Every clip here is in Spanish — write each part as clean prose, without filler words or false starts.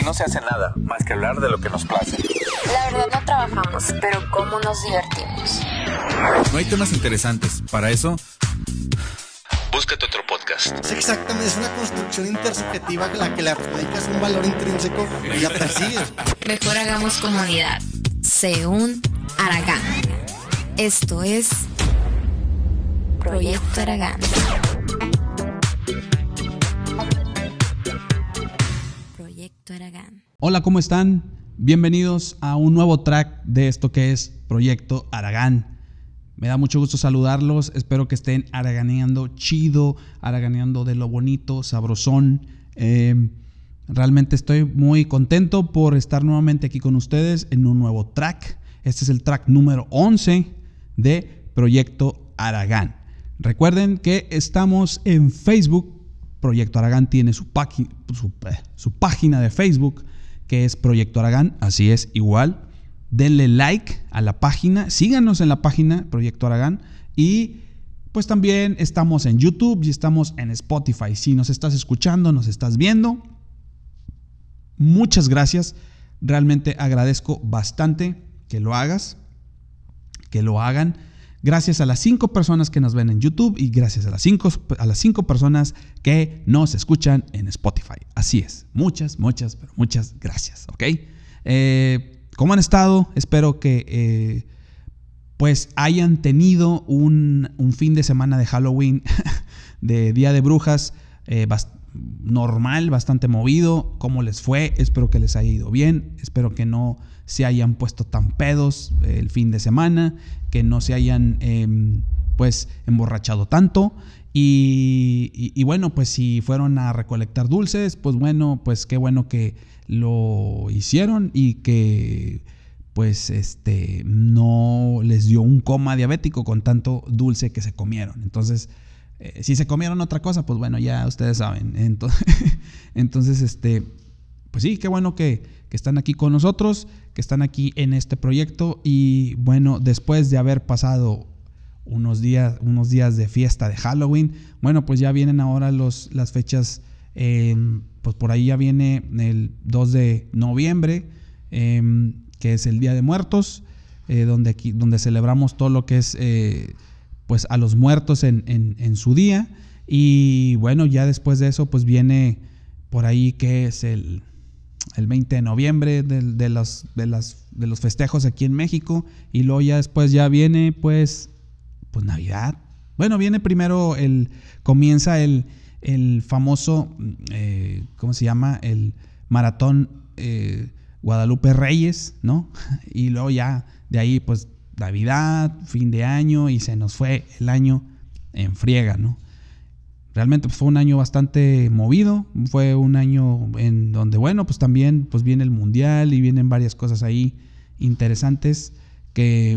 Aquí no se hace nada más que hablar de lo que nos place. La verdad no trabajamos, pero ¿cómo nos divertimos? No hay temas interesantes. Para eso, búscate otro podcast. Exactamente, es una construcción intersubjetiva a la que le adjudicas un valor intrínseco y la persigues. Mejor hagamos comunidad. Sé un Aragán. Esto es Proyecto Aragán. Proyecto Aragán. Hola, ¿cómo están? Bienvenidos a un nuevo track de esto que es Proyecto Aragán. Me da mucho gusto saludarlos, espero que estén araganeando chido, araganeando de lo bonito, sabrosón. Realmente estoy muy contento por estar nuevamente aquí con ustedes en un nuevo track. Este es el track número 11 de Proyecto Aragán. Recuerden que estamos en Facebook. Proyecto Aragán tiene su página de Facebook, que es Proyecto Aragán, así es, igual. Denle like a la página, síganos en la página Proyecto Aragán y pues también estamos en YouTube y estamos en Spotify. Si nos estás escuchando, nos estás viendo, muchas gracias. Realmente agradezco bastante que lo hagas, que lo hagan. Gracias a las 5 personas que nos ven en YouTube y gracias a las 5 personas que nos escuchan en Spotify. Así es, muchas gracias, ¿ok? ¿Cómo han estado? Espero que pues hayan tenido un fin de semana de Halloween, de Día de Brujas, normal, bastante movido. ¿Cómo les fue? Espero que les haya ido bien. Espero que no se hayan puesto tan pedos el fin de semana, que no se hayan pues emborrachado tanto. Y bueno, pues si fueron a recolectar dulces, pues bueno, pues qué bueno que lo hicieron y que pues no les dio un coma diabético con tanto dulce que se comieron. Entonces, si se comieron otra cosa, pues bueno, ya ustedes saben. Entonces, pues sí, qué bueno que están aquí con nosotros, que están aquí en este proyecto. Y bueno, después de haber pasado unos días de fiesta de Halloween, bueno, pues ya vienen ahora las fechas. Pues por ahí ya viene el 2 de noviembre, que es el Día de Muertos, donde celebramos todo lo que es pues a los muertos en su día. Y bueno, ya después de eso pues viene por ahí que es el 20 de noviembre de los festejos aquí en México. Y luego ya después ya viene pues Navidad. Bueno, viene primero comienza el famoso, ¿cómo se llama? El maratón Guadalupe Reyes, ¿no? Y luego ya de ahí pues Navidad, fin de año, y se nos fue el año en friega, ¿no? Realmente pues, fue un año bastante movido, fue un año en donde, bueno, pues también pues viene el Mundial y vienen varias cosas ahí interesantes que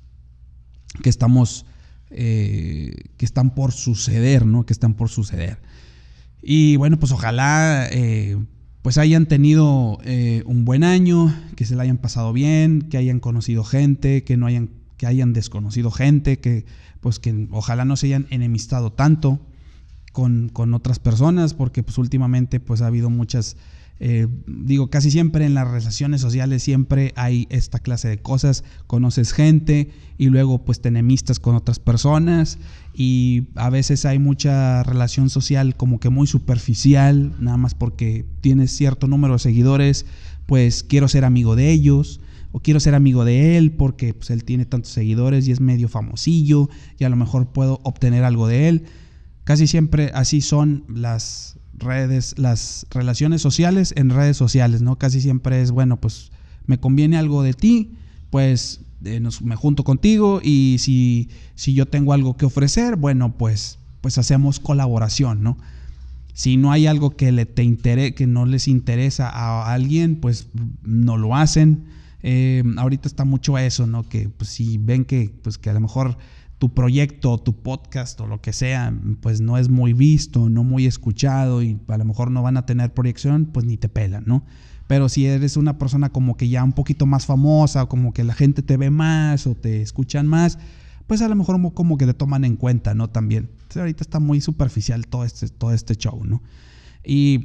están por suceder, ¿no? Que están por suceder. Y bueno, pues ojalá pues hayan tenido un buen año, que se la hayan pasado bien, que hayan conocido gente, que hayan desconocido gente, que ojalá no se hayan enemistado tanto con otras personas, porque pues últimamente pues ha habido muchas, casi siempre en las relaciones sociales siempre hay esta clase de cosas. Conoces gente y luego pues te enemistas con otras personas, y a veces hay mucha relación social como que muy superficial, nada más porque tienes cierto número de seguidores, pues quiero ser amigo de ellos, o quiero ser amigo de él porque pues él tiene tantos seguidores y es medio famosillo y a lo mejor puedo obtener algo de él. Casi siempre así son las relaciones sociales en redes sociales, ¿no? Casi siempre es, bueno, pues me conviene algo de ti, pues me junto contigo, y si yo tengo algo que ofrecer, bueno, pues hacemos colaboración, ¿no? Si no hay algo que no les interesa a alguien, pues no lo hacen. Ahorita está mucho eso, ¿no? Que pues si ven que a lo mejor tu proyecto, tu podcast o lo que sea, pues no es muy visto, no muy escuchado, y a lo mejor no van a tener proyección, pues ni te pelan, ¿no? Pero si eres una persona como que ya un poquito más famosa, o como que la gente te ve más o te escuchan más, pues a lo mejor como que te toman en cuenta, ¿no? También. Entonces ahorita está muy superficial todo este show, ¿no? Y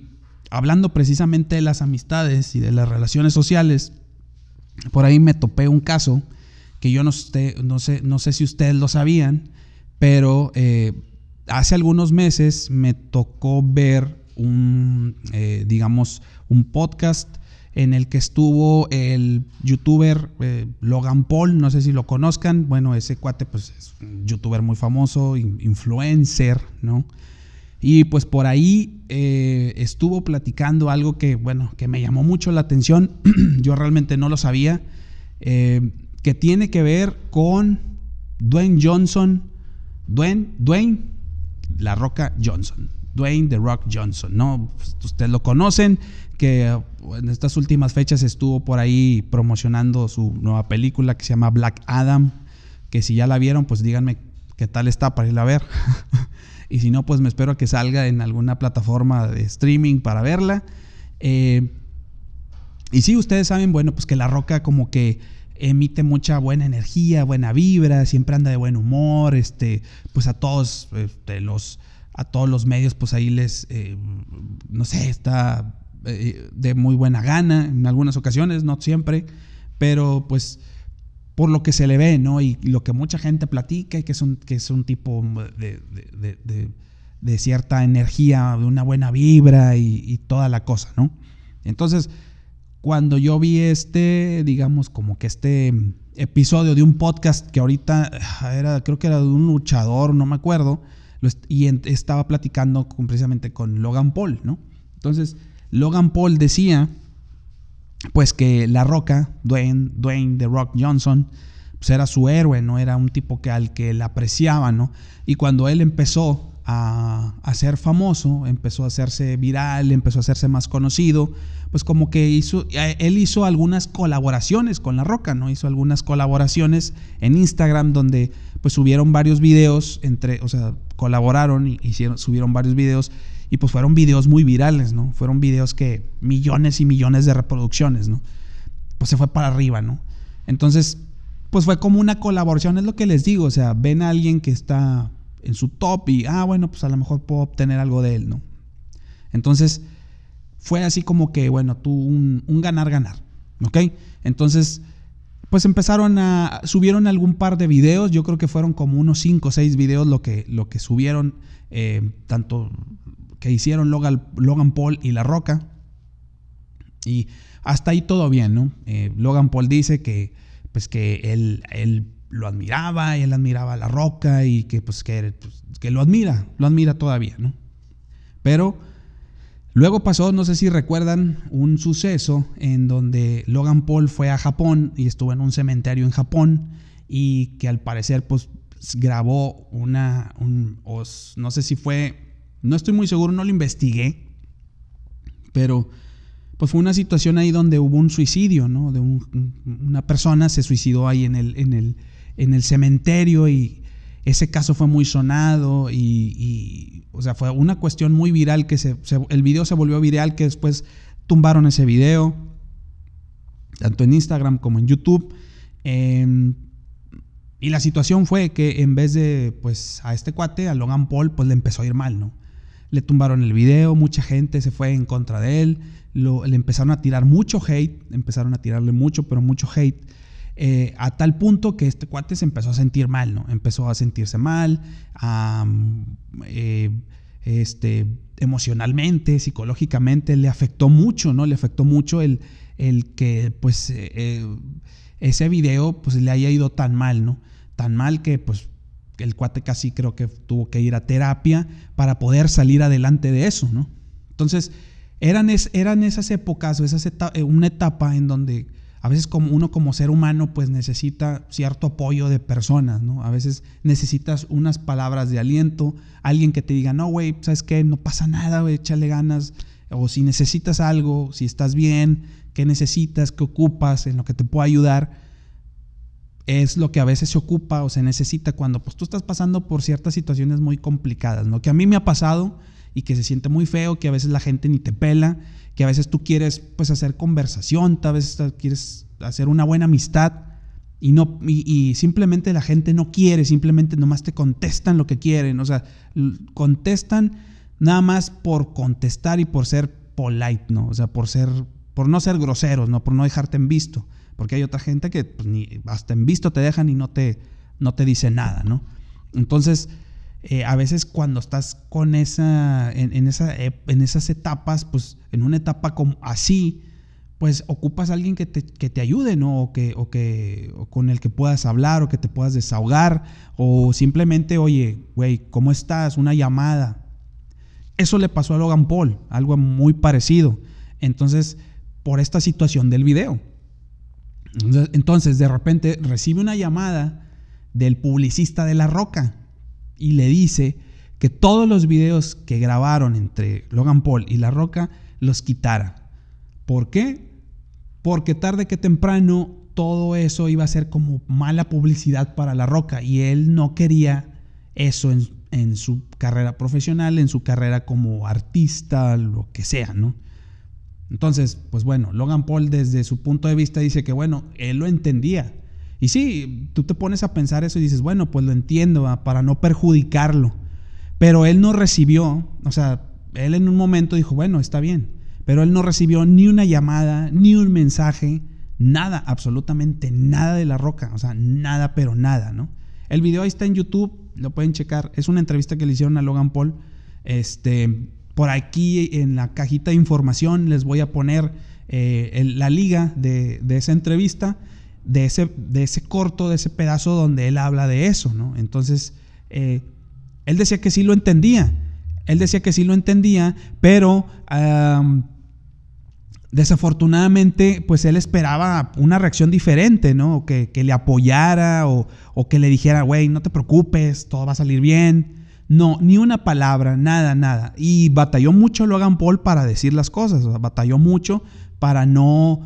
hablando precisamente de las amistades y de las relaciones sociales, por ahí me topé un caso que yo no sé si ustedes lo sabían, pero hace algunos meses me tocó ver un podcast en el que estuvo el youtuber Logan Paul, no sé si lo conozcan. Bueno, ese cuate pues es un youtuber muy famoso, influencer, ¿no? Y pues por ahí estuvo platicando algo que me llamó mucho la atención. Yo realmente no lo sabía, que tiene que ver con Dwayne La Roca Johnson. Dwayne The Rock Johnson, ¿no? Ustedes lo conocen, que en estas últimas fechas estuvo por ahí promocionando su nueva película que se llama Black Adam, que si ya la vieron, pues díganme qué tal está para irla a ver. Y si no, pues me espero a que salga en alguna plataforma de streaming para verla. Y sí, ustedes saben, pues que La Roca como que emite mucha buena energía, buena vibra, siempre anda de buen humor, pues a todos los medios, pues ahí les, está de muy buena gana en algunas ocasiones, no siempre, pero pues por lo que se le ve, ¿no? Y lo que mucha gente platica, y que es un tipo de cierta energía, de una buena vibra y toda la cosa, ¿no? Entonces, cuando yo vi como que este episodio de un podcast que ahorita creo que era de un luchador, no me acuerdo, y estaba platicando precisamente con Logan Paul, ¿no? Entonces, Logan Paul decía pues que La Roca, Dwayne The Rock Johnson, pues era su héroe, ¿no? Era un tipo al que él apreciaba, ¿no? Y cuando él empezó a ser famoso, empezó a hacerse viral, empezó a hacerse más conocido, pues como que él hizo algunas colaboraciones con La Roca, ¿no? Hizo algunas colaboraciones en Instagram donde pues subieron varios videos, colaboraron y subieron varios videos. Y pues fueron videos muy virales, ¿no? Fueron videos que millones y millones de reproducciones, ¿no? Pues se fue para arriba, ¿no? Entonces, pues fue como una colaboración, es lo que les digo. O sea, ven a alguien que está en su top y, pues a lo mejor puedo obtener algo de él, ¿no? Entonces, fue así como que, un ganar-ganar, ¿ok? Entonces, pues subieron algún par de videos. Yo creo que fueron como unos 5 o 6 videos lo que subieron, tanto que hicieron Logan Paul y La Roca, y hasta ahí todo bien, ¿no? Logan Paul dice que él lo admiraba, y él admiraba a La Roca, y que lo admira todavía, ¿no? Pero luego pasó, no sé si recuerdan, un suceso en donde Logan Paul fue a Japón y estuvo en un cementerio en Japón, y que al parecer pues grabó no sé si fue, no estoy muy seguro, no lo investigué, pero pues fue una situación ahí donde hubo un suicidio, ¿no? De una persona se suicidó ahí en el cementerio, y ese caso fue muy sonado y fue una cuestión muy viral, que el video se volvió viral, que después tumbaron ese video tanto en Instagram como en YouTube, y la situación fue que en vez de pues a este cuate, a Logan Paul, pues le empezó a ir mal, ¿no? Le tumbaron el video, mucha gente se fue en contra de él, le empezaron a tirar mucho hate, pero mucho hate, a tal punto que este cuate se empezó a sentir mal, ¿no? Empezó a sentirse mal, emocionalmente, psicológicamente, le afectó mucho, ¿no? Le afectó mucho el que pues ese video pues le haya ido tan mal, ¿no? Tan mal que pues el cuate casi creo que tuvo que ir a terapia para poder salir adelante de eso, ¿no? Entonces, eran esas épocas, o una etapa en donde a veces uno como ser humano pues necesita cierto apoyo de personas, ¿no? A veces necesitas unas palabras de aliento, alguien que te diga, no, güey, ¿sabes qué? No pasa nada, güey, échale ganas. O si necesitas algo, si estás bien, ¿qué necesitas? ¿Qué ocupas? En lo que te pueda ayudar. Es lo que a veces se ocupa o se necesita cuando pues tú estás pasando por ciertas situaciones muy complicadas, ¿no? Que a mí me ha pasado y que se siente muy feo, que a veces la gente ni te pela, que a veces tú quieres pues hacer conversación, a veces quieres hacer una buena amistad y simplemente la gente no quiere, simplemente nomás te contestan lo que quieren, o sea, contestan nada más por contestar y por ser polite, ¿no? O sea, por no ser groseros, ¿no? Por no dejarte en visto. Porque hay otra gente que pues, ni hasta en visto te dejan y no te dice nada, ¿no? Entonces, a veces cuando estás con en esas etapas, pues en una etapa como así, pues ocupas a alguien que te ayude, ¿no? O con el que puedas hablar, o que te puedas desahogar, o simplemente, oye, güey, ¿cómo estás? Una llamada. Eso le pasó a Logan Paul, algo muy parecido. Entonces, por esta situación del video. Entonces, de repente, recibe una llamada del publicista de La Roca y le dice que todos los videos que grabaron entre Logan Paul y La Roca los quitara. ¿Por qué? Porque tarde que temprano todo eso iba a ser como mala publicidad para La Roca y él no quería eso en su carrera profesional, en su carrera como artista, lo que sea, ¿no? Entonces, pues bueno, Logan Paul desde su punto de vista dice que bueno, él lo entendía. Y sí, tú te pones a pensar eso y dices, bueno, pues lo entiendo, ¿va? Para no perjudicarlo. Pero él no recibió, o sea, él en un momento dijo, bueno, está bien. Pero él no recibió ni una llamada, ni un mensaje, nada, absolutamente nada de La Roca. O sea, nada, pero nada, ¿no? El video ahí está en YouTube, lo pueden checar. Es una entrevista que le hicieron a Logan Paul. Por aquí en la cajita de información les voy a poner la liga de esa entrevista, de ese corto, de ese pedazo donde él habla de eso, ¿no? Entonces, él decía que sí lo entendía. Pero desafortunadamente, pues él esperaba una reacción diferente, ¿no? O que le apoyara o que le dijera, güey, no te preocupes, todo va a salir bien. No, ni una palabra, nada. Y batalló mucho Logan Paul para decir las cosas, o sea, batalló mucho para no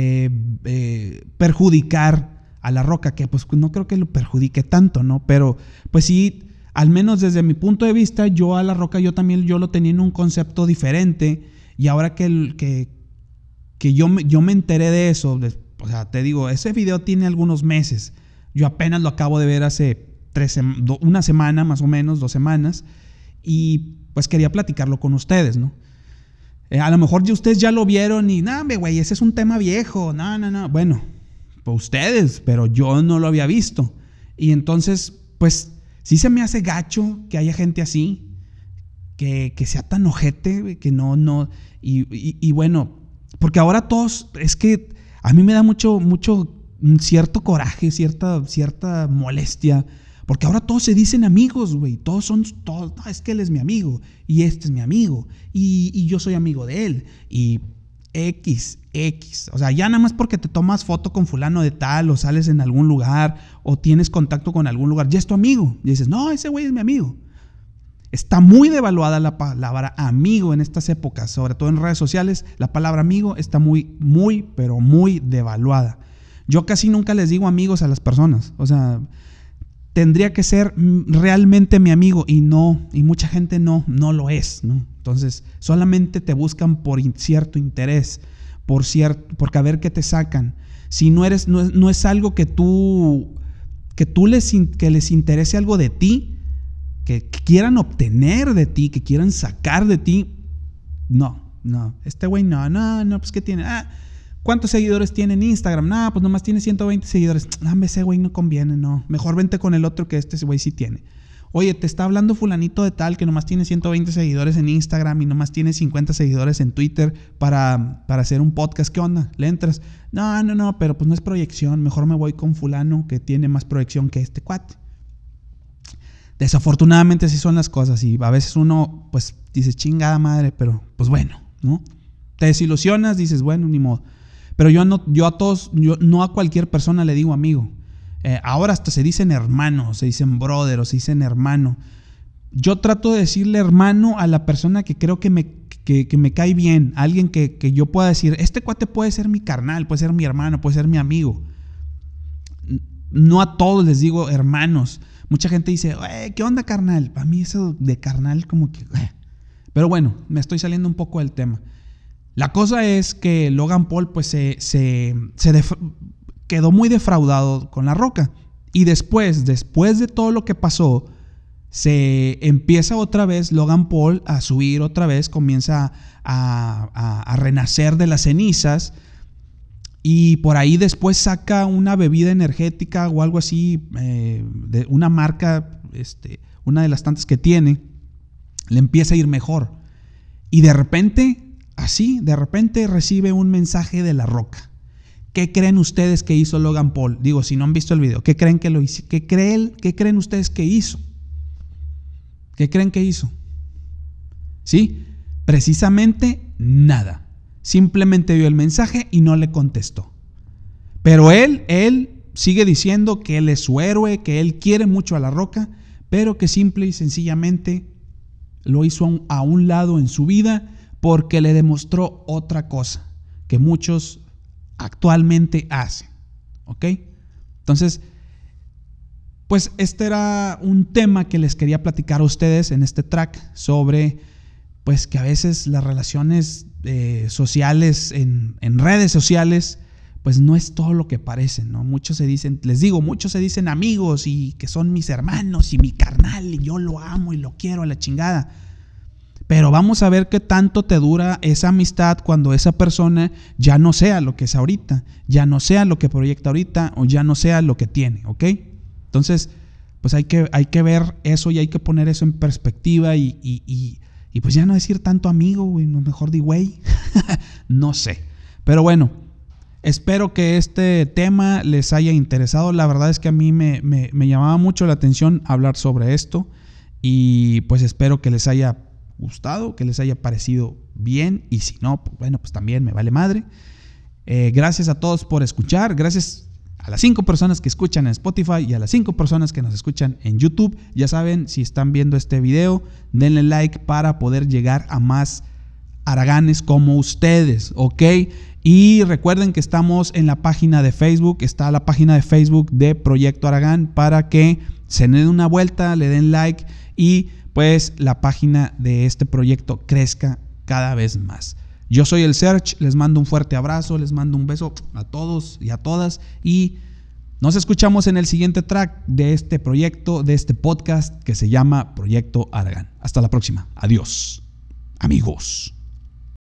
perjudicar a La Roca, que pues no creo que lo perjudique tanto, ¿no? Pero pues sí, al menos desde mi punto de vista, yo a La Roca yo lo tenía en un concepto diferente y ahora que yo me enteré de eso, o sea, te digo, ese video tiene algunos meses, yo apenas lo acabo de ver hace una semana más o menos, 2 semanas, y pues quería platicarlo con ustedes, ¿no? A lo mejor ustedes ya lo vieron y, güey, ese es un tema viejo, no, bueno, pues ustedes, pero yo no lo había visto, y entonces, pues, sí se me hace gacho que haya gente así, que sea tan ojete, que no, y bueno, porque ahora todos, es que a mí me da mucho cierto coraje, cierta molestia, porque ahora todos se dicen amigos, güey. Todos, no, es que él es mi amigo. Y este es mi amigo. Y yo soy amigo de él. Y X. O sea, ya nada más porque te tomas foto con fulano de tal, o sales en algún lugar, o tienes contacto con algún lugar, ya es tu amigo. Y dices, no, ese güey es mi amigo. Está muy devaluada la palabra amigo en estas épocas, sobre todo en redes sociales. La palabra amigo está muy, pero muy devaluada. Yo casi nunca les digo amigos a las personas. O sea, tendría que ser realmente mi amigo y mucha gente no lo es, ¿no? Entonces, solamente te buscan por cierto interés, por a ver qué te sacan. Si no es algo que les interese algo de ti, que quieran obtener de ti, que quieran sacar de ti, no, este güey no, pues ¿qué tiene? ¿Cuántos seguidores tiene en Instagram? Pues nomás tiene 120 seguidores. Ese güey no conviene, no. Mejor vente con el otro que este güey sí tiene. Oye, te está hablando fulanito de tal que nomás tiene 120 seguidores en Instagram y nomás tiene 50 seguidores en Twitter para hacer un podcast. ¿Qué onda? ¿Le entras? No, pero pues no es proyección. Mejor me voy con fulano que tiene más proyección que este cuate. Desafortunadamente así son las cosas y a veces uno pues dice chingada madre, pero pues bueno, ¿no? Te desilusionas, dices bueno, ni modo. Pero yo no a cualquier persona le digo amigo. Ahora hasta se dicen hermano, se dicen brother o se dicen hermano. Yo trato de decirle hermano a la persona que creo que me cae bien, alguien que yo pueda decir, este cuate puede ser mi carnal, puede ser mi hermano, puede ser mi amigo. No a todos les digo hermanos. Mucha gente dice, ¿qué onda carnal? Para mí eso de carnal como que... Pero bueno, me estoy saliendo un poco del tema. La cosa es que Logan Paul pues quedó muy defraudado con La Roca. Y después de todo lo que pasó, se empieza otra vez Logan Paul a subir otra vez, comienza a renacer de las cenizas, y por ahí después saca una bebida energética o algo así, de una marca, una de las tantas que tiene, le empieza a ir mejor. Y de repente recibe un mensaje de La Roca. ¿Qué creen ustedes que hizo Logan Paul? Digo, si no han visto el video, ¿qué creen que lo hizo? ¿Qué creen ustedes que hizo? ¿Qué creen que hizo? ¿Sí? Precisamente nada. Simplemente vio el mensaje y no le contestó. Pero él sigue diciendo que él es su héroe, que él quiere mucho a La Roca, pero que simple y sencillamente lo hizo a un lado en su vida porque le demostró otra cosa que muchos actualmente hacen. ¿Ok? Entonces, pues este era un tema que les quería platicar a ustedes en este track sobre, pues, que a veces las relaciones sociales en redes sociales, pues no es todo lo que parecen, ¿no? Muchos se dicen amigos y que son mis hermanos y mi carnal y yo lo amo y lo quiero a la chingada. Pero vamos a ver qué tanto te dura esa amistad cuando esa persona ya no sea lo que es ahorita, ya no sea lo que proyecta ahorita o ya no sea lo que tiene, ¿ok? Entonces, pues hay que ver eso y hay que poner eso en perspectiva y pues ya no decir tanto amigo, güey, mejor di güey, no sé. Pero bueno, espero que este tema les haya interesado. La verdad es que a mí me llamaba mucho la atención hablar sobre esto y pues espero que les haya gustado, que les haya parecido bien, y si no, pues bueno, pues también me vale madre. Gracias a todos por escuchar, gracias a las 5 personas que escuchan en Spotify y a las 5 personas que nos escuchan en YouTube. Ya saben, si están viendo este video, denle like para poder llegar a más haraganes como ustedes, ¿ok? Y recuerden que estamos en la página de Facebook, está la página de Facebook de Proyecto Aragán para que se den una vuelta, le den like y pues la página de este proyecto crezca cada vez más. Yo soy el Serge, les mando un fuerte abrazo, les mando un beso a todos y a todas y nos escuchamos en el siguiente track de este proyecto, de este podcast que se llama Proyecto Aragán. Hasta la próxima. Adiós, amigos.